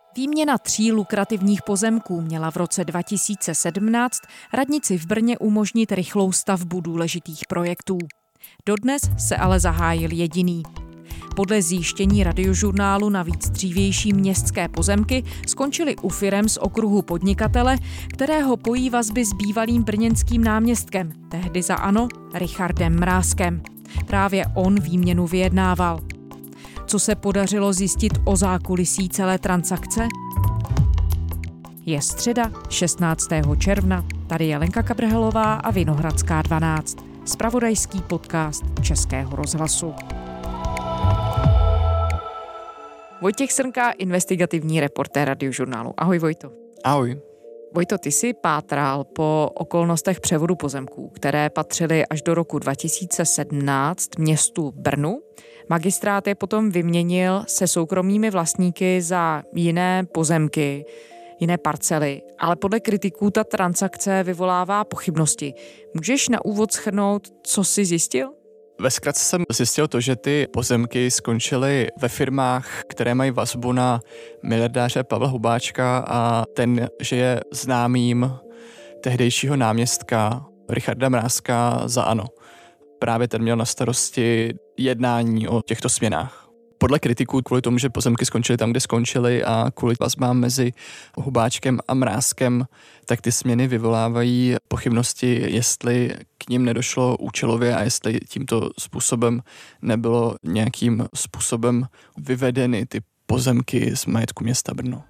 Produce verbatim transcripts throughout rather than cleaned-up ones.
Výměna tří lukrativních pozemků měla v roce dva tisíce sedmnáct radnici v Brně umožnit rychlou stavbu důležitých projektů. Dodnes se ale zahájil jediný. Podle zjištění Radiožurnálu navíc dřívější městské pozemky skončily u firem z okruhu podnikatele, kterého pojí vazby s bývalým brněnským náměstkem, tehdy za ANO, Richardem Mrázkem. Právě on výměnu vyjednával. Co se podařilo zjistit o zákulisí celé transakce? Je středa, šestnáctého června. Tady je Lenka Kabrhelová a Vinohradská dvanáct. Zpravodajský podcast Českého rozhlasu. Vojtěch Srnka, investigativní reportér Radiožurnálu. Ahoj Vojto. Ahoj. Vojto, ty jsi pátral po okolnostech převodu pozemků, které patřily až do roku dva tisíce sedmnáct městu Brnu. Magistrát je potom vyměnil se soukromými vlastníky za jiné pozemky, jiné parcely, ale podle kritiků ta transakce vyvolává pochybnosti. Můžeš na úvod shrnout, co jsi zjistil? Ve zkratce jsem zjistil to, že ty pozemky skončily ve firmách, které mají vazbu na miliardáře Pavla Hubáčka a ten, že je známým tehdejšího náměstka Richarda Mrázka za ANO. Právě ten měl na starosti jednání o těchto směnách. Podle kritiků kvůli tomu, že pozemky skončily tam, kde skončily a kvůli vazbám mezi Hubáčkem a Mrázkem, tak ty směny vyvolávají pochybnosti, jestli k nim nedošlo účelově a jestli tímto způsobem nebylo nějakým způsobem vyvedeny ty pozemky z majetku města Brno.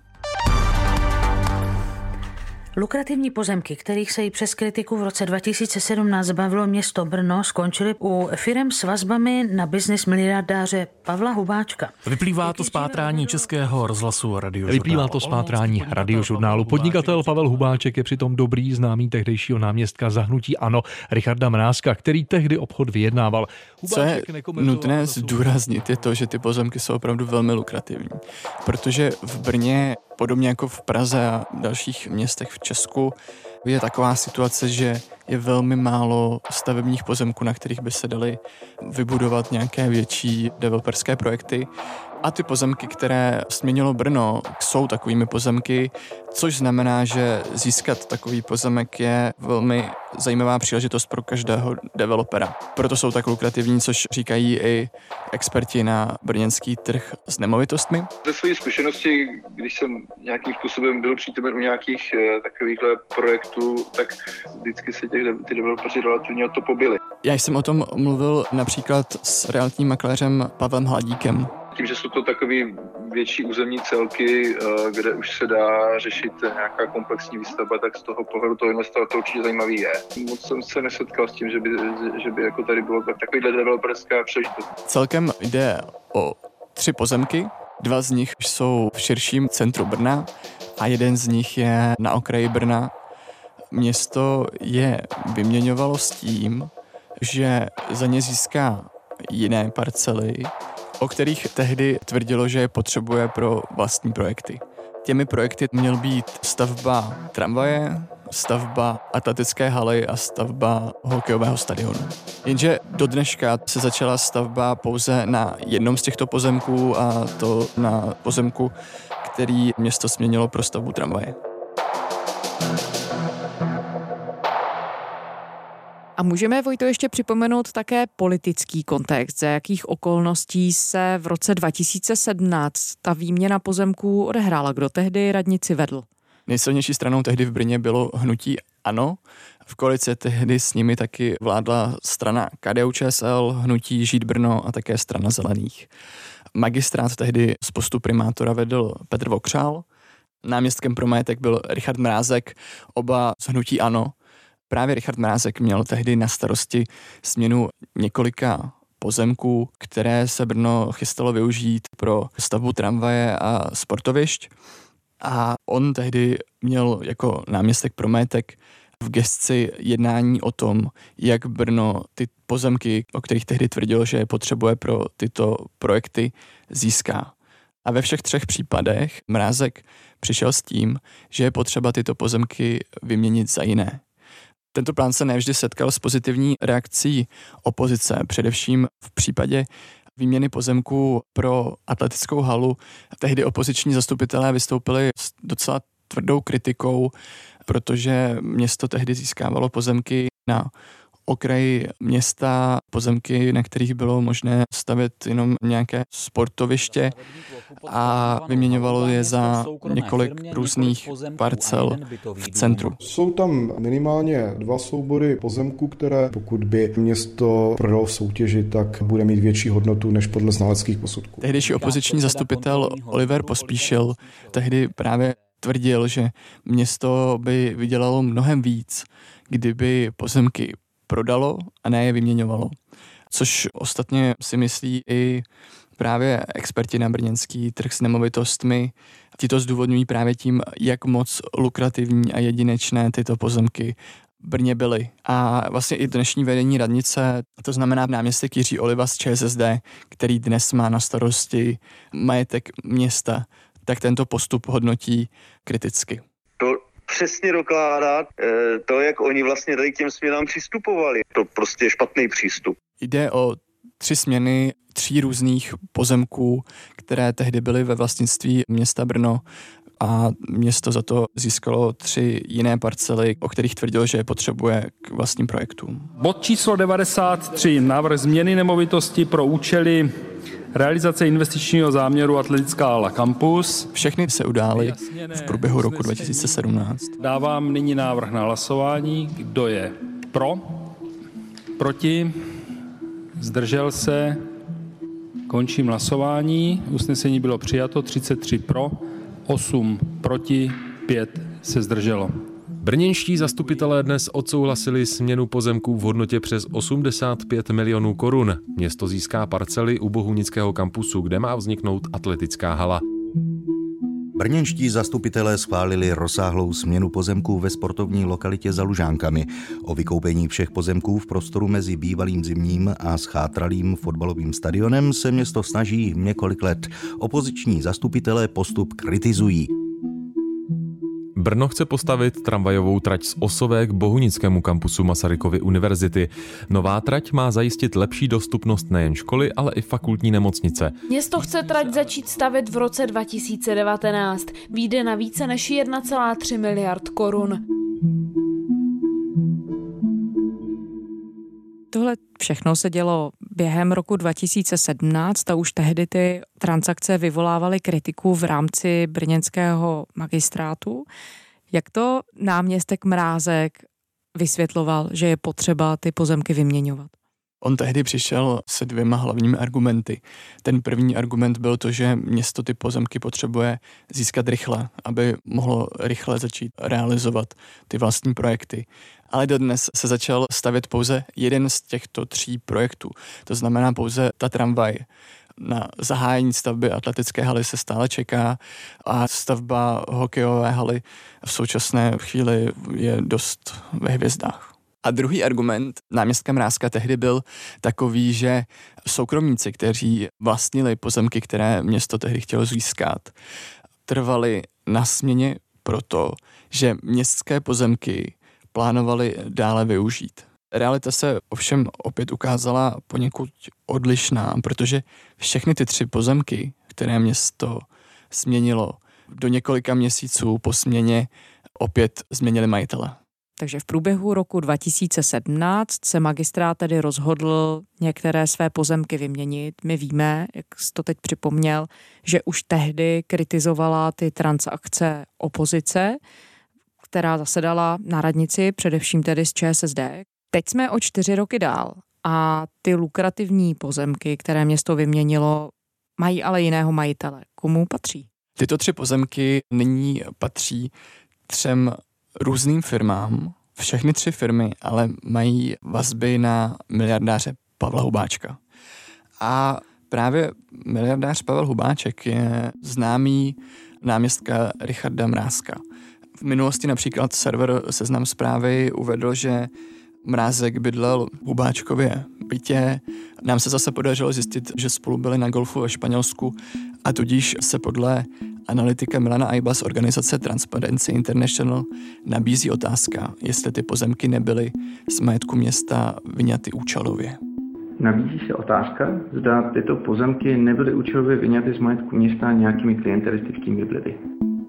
Lukrativní pozemky, kterých se i přes kritiku v roce dva tisíce sedmnáct zbavilo město Brno, skončily u firem s vazbami na byznys miliardáře Pavla Hubáčka. Vyplývá to z pátrání Českého rozhlasu Radiožurnálu. Vyplývá to z pátrání Radiožurnálu. Podnikatel Pavel Hubáček je přitom dobrý známý tehdejšího náměstka za hnutí ANO Richarda Mrázka, který tehdy obchod vyjednával. Co je nutné zdůraznit, je to, že ty pozemky jsou opravdu velmi lukrativní, protože v Brně, podobně jako v Praze a dalších městech v Česku, je taková situace, že je velmi málo stavebních pozemků, na kterých by se daly vybudovat nějaké větší developerské projekty. A ty pozemky, které směnilo Brno, jsou takovými pozemky, což znamená, že získat takový pozemek je velmi zajímavá příležitost pro každého developera. Proto jsou tak lukrativní, což říkají i experti na brněnský trh s nemovitostmi. Ze své zkušenosti, když jsem nějakým způsobem byl přítomen u nějakých takovýchhle projektů, tak vždycky se těch, ty developeři relativně o to pobili. Já jsem o tom mluvil například s realitním makléřem Pavlem Hladíkem. Tím, že jsou to takový větší územní celky, kde už se dá řešit nějaká komplexní výstavba, tak z toho pohledu toho investora to určitě zajímavý je. Moc jsem se nesetkal s tím, že by, že by jako tady bylo takovýhle developerská příležitost. Celkem jde o tři pozemky, dva z nich jsou v širším centru Brna a jeden z nich je na okraji Brna. Město je vyměňovalo s tím, že za ně získá jiné parcely, o kterých tehdy tvrdilo, že je potřebuje pro vlastní projekty. Těmi projekty měl být stavba tramvaje, stavba atletické haly a stavba hokejového stadionu. Jenže do dneška se začala stavba pouze na jednom z těchto pozemků, a to na pozemku, který město směnilo pro stavbu tramvaje. A můžeme, Vojto, ještě připomenout také politický kontext, za jakých okolností se v roce dva tisíce sedmnáct ta výměna pozemků odehrála. Kdo tehdy radnici vedl? Nejsilnější stranou tehdy v Brně bylo hnutí ANO. V koalici tehdy s nimi taky vládla strana K D U Č S L, hnutí Žít Brno a také strana Zelených. Magistrát tehdy z postu primátora vedl Petr Vokřál, náměstkem pro majetek byl Richard Mrázek, oba z hnutí ANO. Právě Richard Mrázek měl tehdy na starosti směnu několika pozemků, které se Brno chystalo využít pro stavbu tramvaje a sportovišť. A on tehdy měl jako náměstek pro majetek v gesci jednání o tom, jak Brno ty pozemky, o kterých tehdy tvrdilo, že je potřebuje pro tyto projekty, získá. A ve všech třech případech Mrázek přišel s tím, že je potřeba tyto pozemky vyměnit za jiné. Tento plán se nevždy setkal s pozitivní reakcí opozice, především v případě výměny pozemků pro atletickou halu tehdy opoziční zastupitelé vystoupili s docela tvrdou kritikou, protože město tehdy získávalo pozemky na okraji města, pozemky, na kterých bylo možné stavět jenom nějaké sportoviště a vyměňovalo je za několik různých parcel v centru. Jsou tam minimálně dva soubory pozemků, které pokud by město prodalo v soutěži, tak bude mít větší hodnotu než podle znaleckých posudků. Tehdejší opoziční zastupitel Oliver Pospíšil tehdy právě tvrdil, že město by vydělalo mnohem víc, kdyby pozemky prodalo a ne je vyměňovalo. Což ostatně si myslí i právě experti na brněnský trh s nemovitostmi. Ti to zdůvodňují právě tím, jak moc lukrativní a jedinečné tyto pozemky v Brně byly. A vlastně i dnešní vedení radnice, to znamená náměstek Jiří Oliva z ČSSD, který dnes má na starosti majetek města, tak tento postup hodnotí kriticky. To přesně dokládá to, jak oni vlastně tady k těm směnám přistupovali. To prostě je špatný přístup. Jde o tři směny tří různých pozemků, které tehdy byly ve vlastnictví města Brno a město za to získalo tři jiné parcely, o kterých tvrdilo, že je potřebuje k vlastním projektům. Bod číslo devadesát tři. Návrh změny nemovitosti pro účely realizace investičního záměru Atletická hala Campus. Všechny se udály v průběhu roku dva tisíce sedmnáct. Dávám nyní návrh na hlasování. Kdo je pro? Proti? Zdržel se? Končím hlasování. Usnesení bylo přijato. třicet tři pro, osm proti, pět se zdrželo. Brněnští zastupitelé dnes odsouhlasili směnu pozemků v hodnotě přes osmdesát pět milionů korun. Město získá parcely u Bohunického kampusu, kde má vzniknout atletická hala. Brněnští zastupitelé schválili rozsáhlou směnu pozemků ve sportovní lokalitě za Lužánkami. O vykoupení všech pozemků v prostoru mezi bývalým zimním a schátralým fotbalovým stadionem se město snaží několik let. Opoziční zastupitelé postup kritizují. Brno chce postavit tramvajovou trať z Osové k Bohunickému kampusu Masarykovy univerzity. Nová trať má zajistit lepší dostupnost nejen školy, ale i fakultní nemocnice. Město chce trať začít stavět v roce dva tisíce devatenáct. Vyjde na více než jedna celá tři miliard korun. Tohle všechno se dělo během roku dva tisíce sedmnáct a už tehdy ty transakce vyvolávaly kritiku v rámci brněnského magistrátu. Jak to náměstek Mrázek vysvětloval, že je potřeba ty pozemky vyměňovat? On tehdy přišel se dvěma hlavními argumenty. Ten první argument byl to, že město ty pozemky potřebuje získat rychle, aby mohlo rychle začít realizovat ty vlastní projekty. Ale dodnes se začal stavět pouze jeden z těchto tří projektů. To znamená pouze ta tramvaj. Na zahájení stavby atletické haly se stále čeká a stavba hokejové haly v současné chvíli je dost ve hvězdách. A druhý argument náměstka Mrázka tehdy byl takový, že soukromníci, kteří vlastnili pozemky, které město tehdy chtělo získat, trvali na směně proto, že městské pozemky plánovali dále využít. Realita se ovšem opět ukázala poněkud odlišná, protože všechny ty tři pozemky, které město směnilo, do několika měsíců po směně opět změnili majitele. Takže v průběhu roku dva tisíce sedmnáct se magistrát tedy rozhodl některé své pozemky vyměnit. My víme, jak jsi to teď připomněl, že už tehdy kritizovala ty transakce opozice, která zasedala na radnici, především tedy z ČSSD. Teď jsme o čtyři roky dál a ty lukrativní pozemky, které město vyměnilo, mají ale jiného majitele. Komu patří? Tyto tři pozemky nyní patří třem různým firmám. Všechny tři firmy ale mají vazby na miliardáře Pavla Hubáčka. A právě miliardář Pavel Hubáček je známý náměstka Richarda Mrázka. V minulosti například server Seznam Zprávy uvedl, že Mrázek bydlel v Hubáčkově bytě. Nám se zase podařilo zjistit, že spolu byli na golfu ve Španělsku a tudíž se podle analytika Milana Ajba z organizace Transparency International nabízí otázka, jestli ty pozemky nebyly z majetku města vyňaty účelově. Nabízí se otázka, zda tyto pozemky nebyly účelově vyňaty z majetku města nějakými klientelistickými vlivy.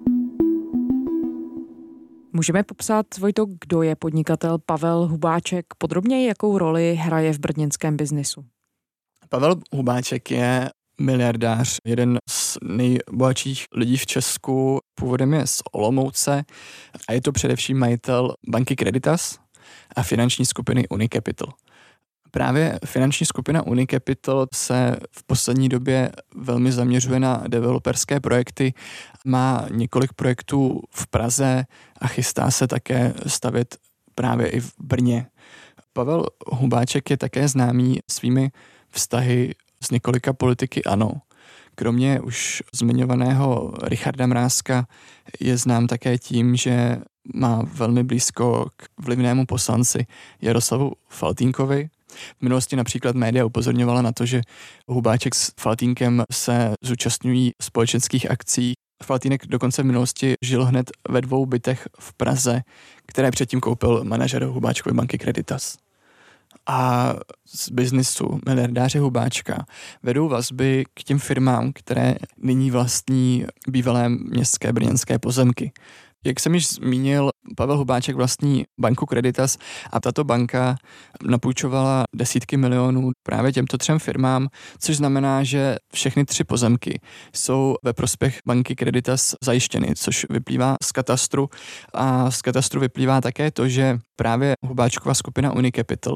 Můžeme popsat, Vojto, kdo je podnikatel Pavel Hubáček, podrobněji jakou roli hraje v brněnském biznisu? Pavel Hubáček je miliardář, jeden z nejbohatších lidí v Česku, původem je z Olomouce a je to především majitel banky Creditas a finanční skupiny Unicapital. Právě finanční skupina Unicapital se v poslední době velmi zaměřuje na developerské projekty, má několik projektů v Praze a chystá se také stavět právě i v Brně. Pavel Hubáček je také známý svými vztahy s několika politiky ANO. Kromě už zmiňovaného Richarda Mrázka je znám také tím, že má velmi blízko k vlivnému poslanci Jaroslavu Faltýnkovi. V minulosti například média upozorňovala na to, že Hubáček s Faltýnkem se zúčastňují společenských akcí. Faltýnek dokonce v minulosti žil hned ve dvou bytech v Praze, které předtím koupil manažer Hubáčkovy banky Creditas. A z biznisu miliardáře Hubáčka vedou vazby k těm firmám, které nyní vlastní bývalé městské brněnské pozemky. Jak jsem již zmínil, Pavel Hubáček vlastní banku Creditas a tato banka napůjčovala desítky milionů právě těmto třem firmám, což znamená, že všechny tři pozemky jsou ve prospěch banky Creditas zajištěny, což vyplývá z katastru a z katastru vyplývá také to, že právě Hubáčkova skupina Unicapital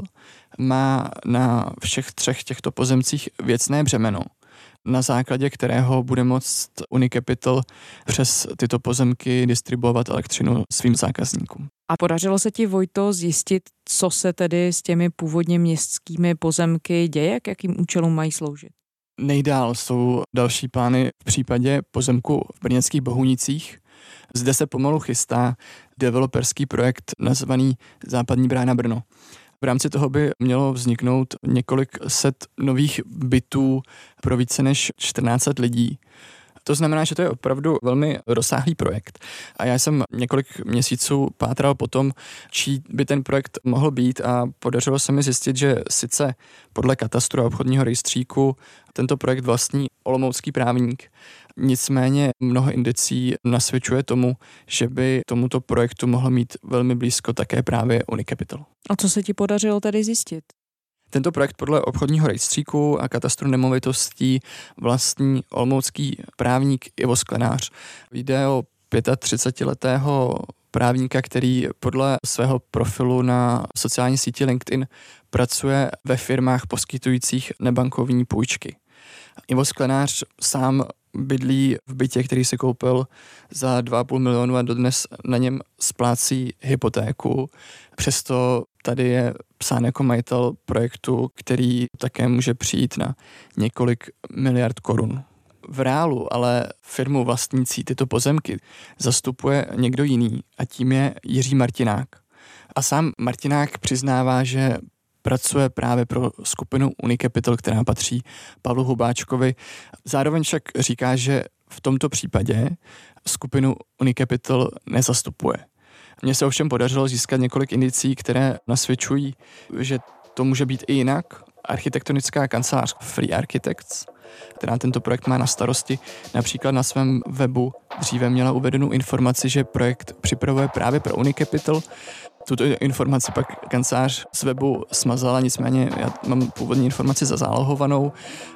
má na všech třech těchto pozemcích věcné břemeno, na základě kterého bude moct Unicapital přes tyto pozemky distribuovat elektřinu svým zákazníkům. A podařilo se ti, Vojto, zjistit, co se tedy s těmi původně městskými pozemky děje, k jakým účelům mají sloužit? Nejdál jsou další plány v případě pozemku v brněnských Bohunicích. Zde se pomalu chystá developerský projekt nazvaný Západní brána Brno. V rámci toho by mělo vzniknout několik set nových bytů pro více než čtrnáct set lidí. To znamená, že to je opravdu velmi rozsáhlý projekt. A já jsem několik měsíců pátral po tom, čí by ten projekt mohl být a podařilo se mi zjistit, že sice podle katastru a obchodního rejstříku tento projekt vlastní olomoucký právník, nicméně mnoho indicí nasvědčuje tomu, že by tomuto projektu mohl mít velmi blízko také právě Unicapital. A co se ti podařilo tedy zjistit? Tento projekt podle obchodního rejstříku a katastru nemovitostí vlastní olomoucký právník Ivo Sklenář. Jde o třicetiletého právníka, který podle svého profilu na sociální síti LinkedIn pracuje ve firmách poskytujících nebankovní půjčky. Ivo Sklenář sám bydlí v bytě, který si koupil za dva a půl milionu a dodnes na něm splácí hypotéku. Přesto tady je psán jako majitel projektu, který také může přijít na několik miliard korun. V reálu ale firmu vlastnící tyto pozemky zastupuje někdo jiný a tím je Jiří Martinák. A sám Martinák přiznává, že pracuje právě pro skupinu Unicapital, která patří Pavlu Hubáčkovi. Zároveň však říká, že v tomto případě skupinu Unicapital nezastupuje. Mně se ovšem podařilo získat několik indicí, které nasvědčují, že to může být i jinak. Architektonická kancelář Free Architects, která tento projekt má na starosti, například na svém webu dříve měla uvedenou informaci, že projekt připravuje právě pro Unicapital. Tuto informaci pak kancelář z webu smazala, nicméně já mám původní informaci zazálohovanou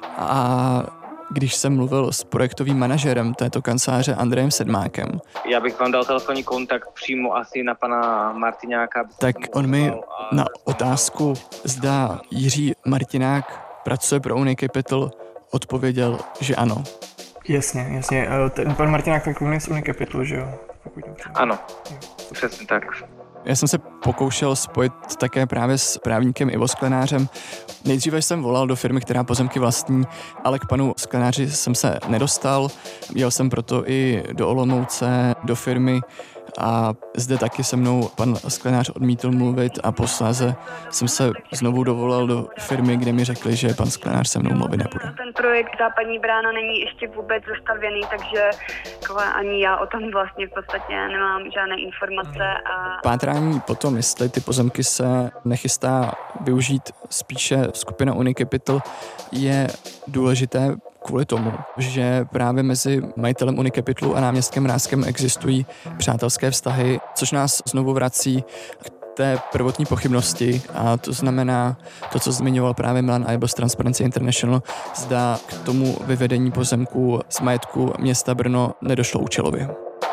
a když jsem mluvil s projektovým manažerem této kanceláře Andrejem Sedmákem. Já bych vám dal telefonní kontakt přímo asi na pana Martináka. Tak on mi na otázku, zda Jiří Martinák pracuje pro Unicapital, odpověděl, že ano. Jasně, jasně. Ten pan Martinák takový z Unicapital, že jo? Ano, přesně tak. Já jsem se pokoušel spojit také právě s právníkem Ivo Sklenářem. Nejdříve jsem volal do firmy, která pozemky vlastní, ale k panu Sklenáři jsem se nedostal. Jel jsem proto i do Olomouce, do firmy A zde taky se mnou pan Sklenář odmítl mluvit a posléze jsem se znovu dovolal do firmy, kde mi řekli, že pan Sklenář se mnou mluvit nebude. Ten projekt Západní brána není ještě vůbec zastavěný, takže ani já o tom vlastně v podstatě nemám žádné informace. A... Pátrání potom, jestli ty pozemky se nechystá využít spíše skupina Unicapital, je důležité kvůli tomu, že právě mezi majitelem Unicapitalu a náměstkem Mrázkem existují přátelské vztahy, což nás znovu vrací k té prvotní pochybnosti, a to znamená to, co zmiňoval právě Milan Eibl z Transparency International, zda k tomu vyvedení pozemku z majetku města Brno nedošlo účelově.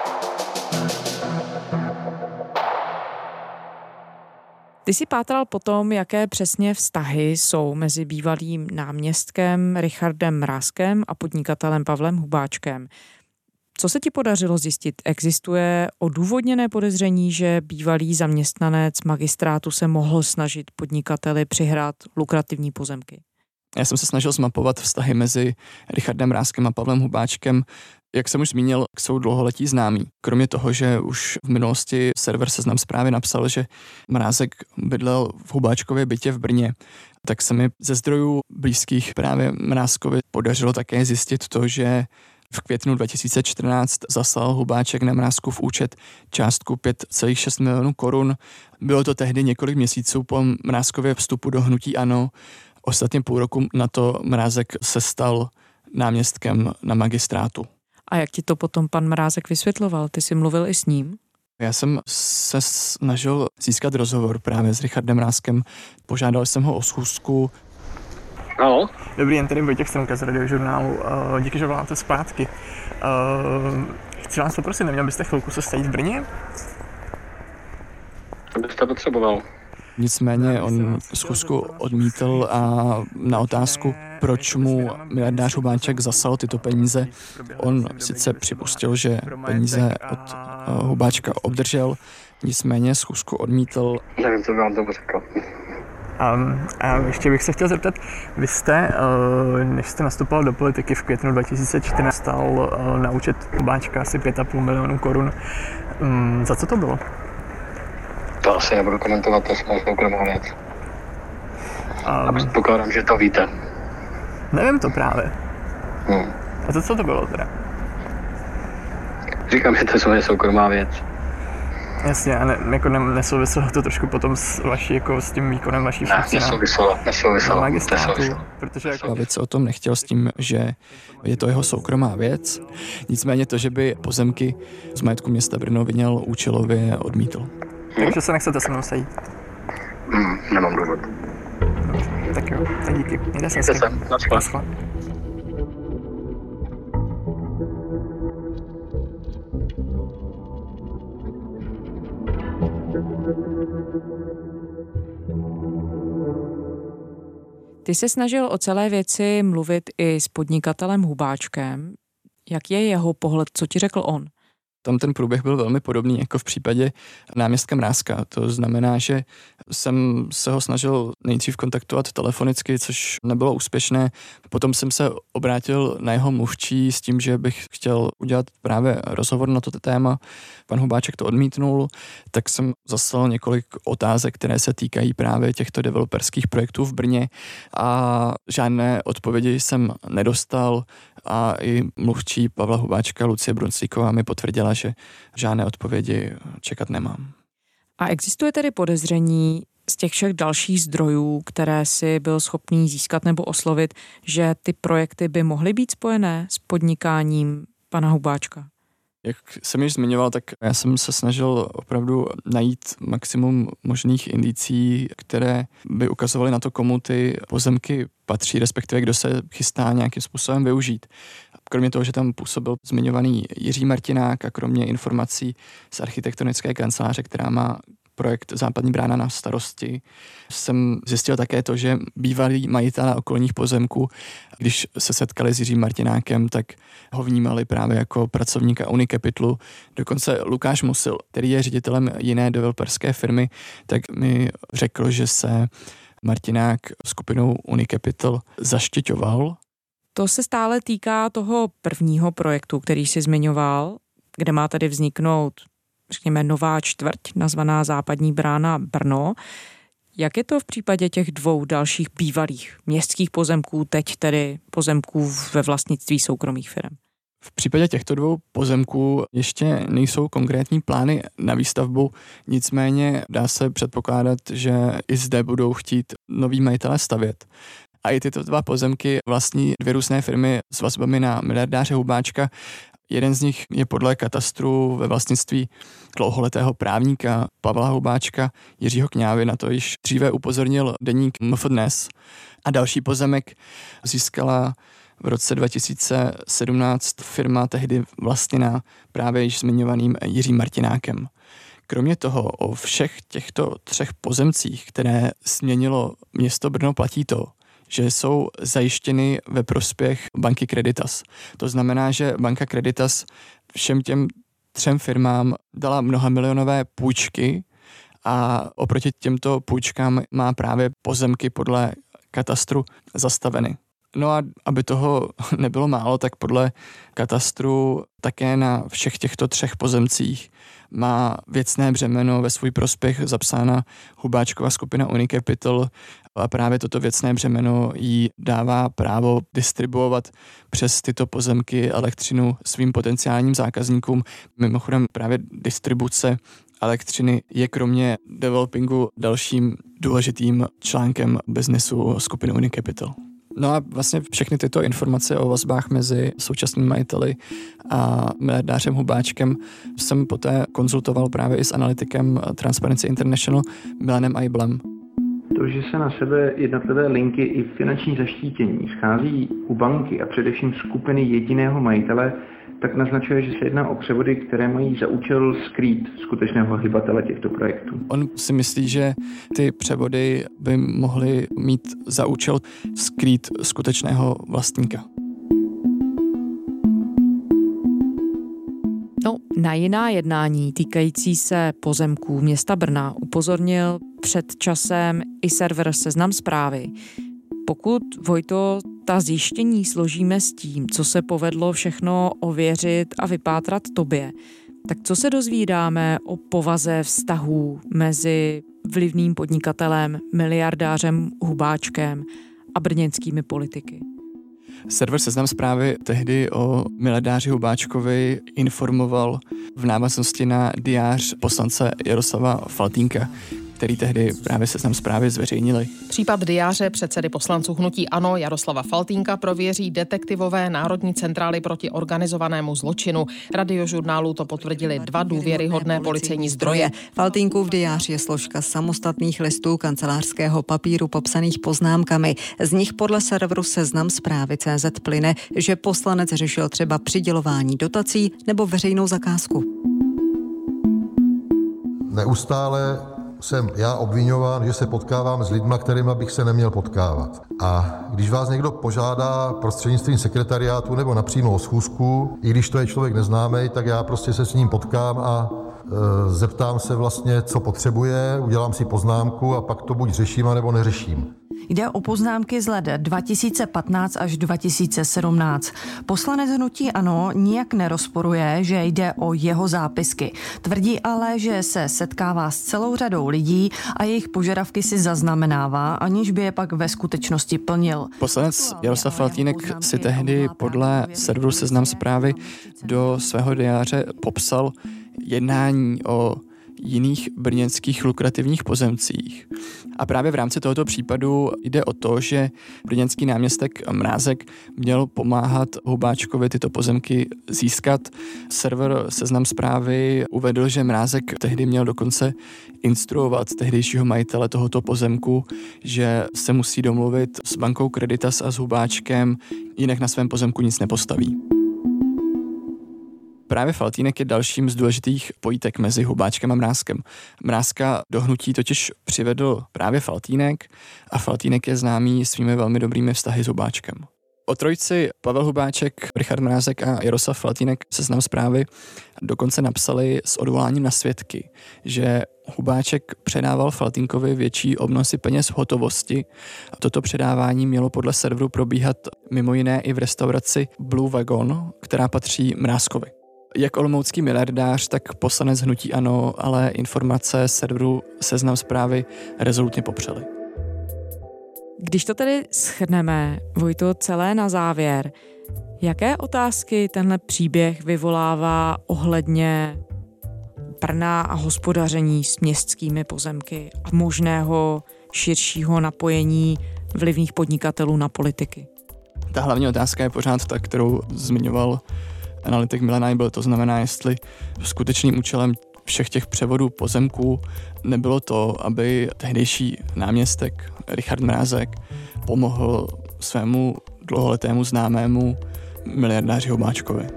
Ty si pátral potom, jaké přesně vztahy jsou mezi bývalým náměstkem Richardem Mrázkem a podnikatelem Pavlem Hubáčkem. Co se ti podařilo zjistit? Existuje odůvodněné podezření, že bývalý zaměstnanec magistrátu se mohl snažit podnikateli přihrát lukrativní pozemky? Já jsem se snažil zmapovat vztahy mezi Richardem Mrázkem a Pavlem Hubáčkem. Jak jsem už zmínil, jsou dlouholetí známí. Kromě toho, že už v minulosti server Seznam Zprávy napsal, že Mrázek bydlel v Hubáčkově bytě v Brně, tak se mi ze zdrojů blízkých právě Mrázkovi podařilo také zjistit to, že v květnu dva tisíce čtrnáct zaslal Hubáček na Mrázkův účet částku pět celá šest milionů korun. Bylo to tehdy několik měsíců po Mrázkově vstupu do hnutí ANO. Ostatně půl roku na to Mrázek se stal náměstkem na magistrátu. A jak ti to potom pan Mrázek vysvětloval? Ty jsi mluvil i s ním? Já jsem se snažil získat rozhovor právě s Richardem Mrázkem. Požádal jsem ho o schůzku. Halo? Dobrý den, tady Vojtěch Strnka z Radiožurnálu. Díky, že voláte zpátky. Chci vás poprosit, neměl byste chvilku se sejít v Brně? Co byste potřeboval? Nicméně on schůzku odmítl a na otázku, proč mu miliardář Hubáček zaslal tyto peníze, on sice připustil, že peníze od Hubáčka obdržel, nicméně schůzku odmítl. Nevím, co by vám tomu řekl. A, a ještě bych se chtěl zeptat, vy jste, než jste nastupoval do politiky v květnu dva tisíce čtrnáct, stal na účet Hubáčka asi pět a půl milionů korun. Za co to bylo? To asi nebudu komentovat, to jsme soukromá věc. A předpokládám, že to víte. Nevím to právě. Hmm. A to co to bylo teda? Říkám, že to je svoje soukromá věc. Jasně, a ne, jako ne, nesouviselo to trošku potom s, vaší, jako s tím výkonem vaší funkce? Ne, nesouviselo, nesouviselo. Protože jako... Bavit se o tom nechtěl s tím, že je to jeho soukromá věc. Nicméně to, že by pozemky z majetku města Brno vyněl účelově, odmítl. Takže se nechcete se mnou sejít? Hmm, nemám důvod. Dobře, tak jo, tak díky. Mějte se hezky. Naschle. Ty se snažil o celé věci mluvit i s podnikatelem Hubáčkem. Jak je jeho pohled, co ti řekl on? Tam ten průběh byl velmi podobný jako v případě náměstka Mrázka. To znamená, že jsem se ho snažil nejdřív kontaktovat telefonicky, což nebylo úspěšné. Potom jsem se obrátil na jeho mluvčí s tím, že bych chtěl udělat právě rozhovor na toto téma. Pan Hubáček to odmítnul, tak jsem zaslal několik otázek, které se týkají právě těchto developerských projektů v Brně a žádné odpovědi jsem nedostal a i mluvčí Pavla Hubáčka Lucie Brunclíková mi potvrdila, že žádné odpovědi čekat nemám. A existuje tedy podezření z těch všech dalších zdrojů, které si byl schopný získat nebo oslovit, že ty projekty by mohly být spojené s podnikáním pana Hubáčka? Jak jsem již zmiňoval, tak já jsem se snažil opravdu najít maximum možných indicí, které by ukazovaly na to, komu ty pozemky patří, respektive kdo se chystá nějakým způsobem využít. Kromě toho, že tam působil zmiňovaný Jiří Martinák a kromě informací z architektonické kanceláře, která má projekt Západní brána na starosti, jsem zjistil také to, že bývalí majitelé okolních pozemků, když se setkali s Jiřím Martinákem, tak ho vnímali právě jako pracovníka Unicapitalu. Dokonce Lukáš Musil, který je ředitelem jiné developerské firmy, tak mi řekl, že se Martinák skupinou Unicapital zaštiťoval. To se stále týká toho prvního projektu, který jsi zmiňoval, kde má tady vzniknout řekněme, nová čtvrť, nazvaná Západní brána Brno. Jak je to v případě těch dvou dalších bývalých městských pozemků, teď tedy pozemků ve vlastnictví soukromých firm? V případě těchto dvou pozemků ještě nejsou konkrétní plány na výstavbu, nicméně dá se předpokládat, že i zde budou chtít noví majitelé stavět. A i tyto dva pozemky vlastní dvě různé firmy s vazbami na miliardáře Hubáčka. Jeden z nich je podle katastru ve vlastnictví dlouholetého právníka Pavla Hubáčka, Jiřího Kňávy, na to již dříve upozornil deník M F Dnes. A další pozemek získala v roce dva tisíce sedmnáct firma tehdy vlastněná právě již zmiňovaným Jiřím Martinákem. Kromě toho o všech těchto třech pozemcích, které směnilo město Brno, platí to, že jsou zajištěny ve prospěch banky Creditas. To znamená, že banka Creditas všem těm třem firmám dala mnohamilionové půjčky a oproti těmto půjčkám má právě pozemky podle katastru zastaveny. No a aby toho nebylo málo, tak podle katastru také na všech těchto třech pozemcích má věcné břemeno ve svůj prospěch zapsána Hubáčkova skupina Unicapital a právě toto věcné břemeno jí dává právo distribuovat přes tyto pozemky elektřinu svým potenciálním zákazníkům. Mimochodem právě distribuce elektřiny je kromě developingu dalším důležitým článkem biznesu skupiny Unicapital. No a vlastně všechny tyto informace o vazbách mezi současnými majiteli a miliardářem Hubáčkem jsem poté konzultoval právě i s analytikem Transparency International Milanem Eiblem. To, že se na sebe jednotlivé linky i finanční zaštítění schází u banky a především skupiny jediného majitele, tak naznačuje, že se jedná o převody, které mají za účel skrýt skutečného hybatele těchto projektů. On si myslí, že ty převody by mohly mít za účel skrýt skutečného vlastníka. No, na jiná jednání týkající se pozemků města Brna upozornil před časem i server Seznam Zprávy. Pokud, Vojto, ta zjištění složíme s tím, co se povedlo všechno ověřit a vypátrat tobě, tak co se dozvídáme o povaze vztahů mezi vlivným podnikatelem, miliardářem Hubáčkem a brněnskými politiky? Server Seznam Zprávy tehdy o miliardáři Hubáčkovi informoval v návaznosti na diář poslance Jaroslava Faltýnka, který tehdy právě Seznam Zprávy zveřejnili. Případ diáře předsedy poslanců hnutí ANO Jaroslava Faltýnka prověří detektivové Národní centrály proti organizovanému zločinu. Radiožurnálu to potvrdili dva důvěryhodné policejní zdroje. Faltýnkův diář je složka samostatných listů kancelářského papíru popsaných poznámkami. Z nich podle serveru Seznam Zprávy C Z plyne, že poslanec řešil třeba přidělování dotací nebo veřejnou zakázku. Neustále jsem já obviňován, že se potkávám s lidma, kterými bych se neměl potkávat. A když vás někdo požádá prostřednictvím sekretariátu nebo na přímou schůzku, i když to je člověk neznámý, tak já prostě se s ním potkám a e, zeptám se vlastně, co potřebuje, udělám si poznámku a pak to buď řeším, anebo neřeším. Jde o poznámky z let dva tisíce patnáct až dva tisíce sedmnáct. Poslanec hnutí ANO nijak nerozporuje, že jde o jeho zápisky. Tvrdí ale, že se setkává s celou řadou lidí a jejich požadavky si zaznamenává, aniž by je pak ve skutečnosti plnil. Poslanec Jaroslav Faltýnek si tehdy podle serveru Seznam Zprávy do svého diáře popsal jednání o jiných brněnských lukrativních pozemcích. A právě v rámci tohoto případu jde o to, že brněnský náměstek Mrázek měl pomáhat Hubáčkovi tyto pozemky získat. Server Seznam Zprávy uvedl, že Mrázek tehdy měl dokonce instruovat tehdejšího majitele tohoto pozemku, že se musí domluvit s bankou Creditas a s Hubáčkem, jinak na svém pozemku nic nepostaví. Právě Faltýnek je dalším z důležitých pojítek mezi Hubáčkem a Mrázkem. Mrázka do hnutí totiž přivedl právě Faltýnek a Faltýnek je známý svými velmi dobrými vztahy s Hubáčkem. O trojci Pavel Hubáček, Richard Mrázek a Jaroslav Faltýnek Seznam Zprávy dokonce napsali s odvoláním na svědky, že Hubáček předával Faltýnkovi větší obnosy peněz v hotovosti. A toto předávání mělo podle serveru probíhat mimo jiné i v restauraci Blue Wagon, která patří Mrázkovi. Jak olomoucký miliardář, tak poslanec hnutí ANO, ale informace serveru Seznam Zprávy rezolutně popřeli. Když to tedy shrneme, Vojto, celé na závěr, jaké otázky tenhle příběh vyvolává ohledně Brna a hospodaření s městskými pozemky a možného širšího napojení vlivných podnikatelů na politiky? Ta hlavní otázka je pořád ta, kterou zmiňoval analytik Milan Eibl, to znamená, jestli skutečným účelem všech těch převodů pozemků nebylo to, aby tehdejší náměstek Richard Mrázek pomohl svému dlouholetému známému miliardáři Hubáčkovi.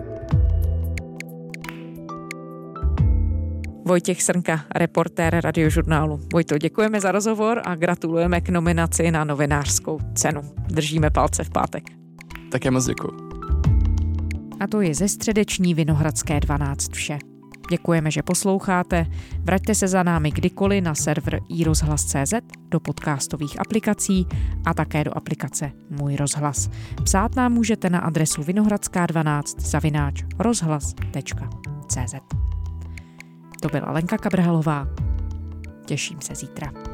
Vojtěch Srnka, reportér Radiožurnálu. Vojto, děkujeme za rozhovor a gratulujeme k nominaci na novinářskou cenu. Držíme palce v pátek. Také moc děkuji. A to je ze středeční Vinohradské dvanáct vše. Děkujeme, že posloucháte. Vraťte se za námi kdykoliv na server i rozhlas tečka cé zet, do podcastových aplikací a také do aplikace Můj rozhlas. Psát nám můžete na adresu vinohradská dvanáct zavináč rozhlas tečka cé zet. To byla Lenka Kabrhalová. Těším se zítra.